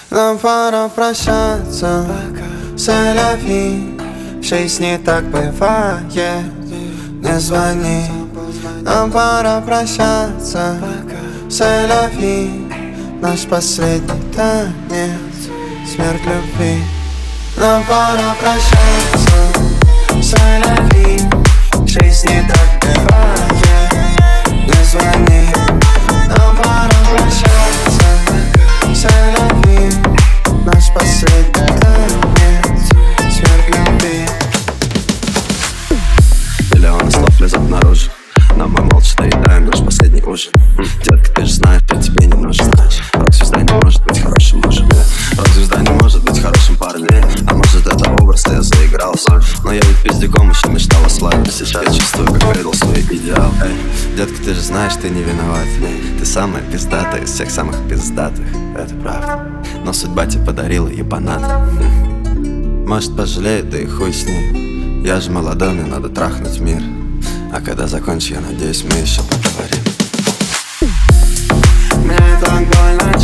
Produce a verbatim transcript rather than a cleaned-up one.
Нам пора прощаться, c'est-la-vie. В жизни так бывает, не звони. Нам пора прощаться, c'est-la-vie. Наш последний танец, смерть любви. Нам пора прощаться, c'est-la-vie. В жизни так бывает, не звони. Нам пора прощаться, c'est-la-vie. Наш последний танец, смерть любви. Миллионы слов лезут наружу, но мы молча доедаем наш последний ужин. Детка, ты же знаешь, что тебе не нужен. Рок-звезда не может быть хорошим мужем. Рок-звезда не может быть хорошим парнем. А может, это образ, я заигрался. Но я ведь пиздюком еще мечтал о свадьбе. Сейчас я чувствую, как предал свой идеал. Эй, детка, ты же знаешь, ты не виноват. Ты самая пиздатая из всех самых пиздатых. Это правда. Но судьба тебе подарила ебанат. Может, пожалеет, да и хуй с ней. Я же молодой, мне надо трахнуть мир. А когда закончу, я надеюсь, мы еще поговорим. Мне так больно.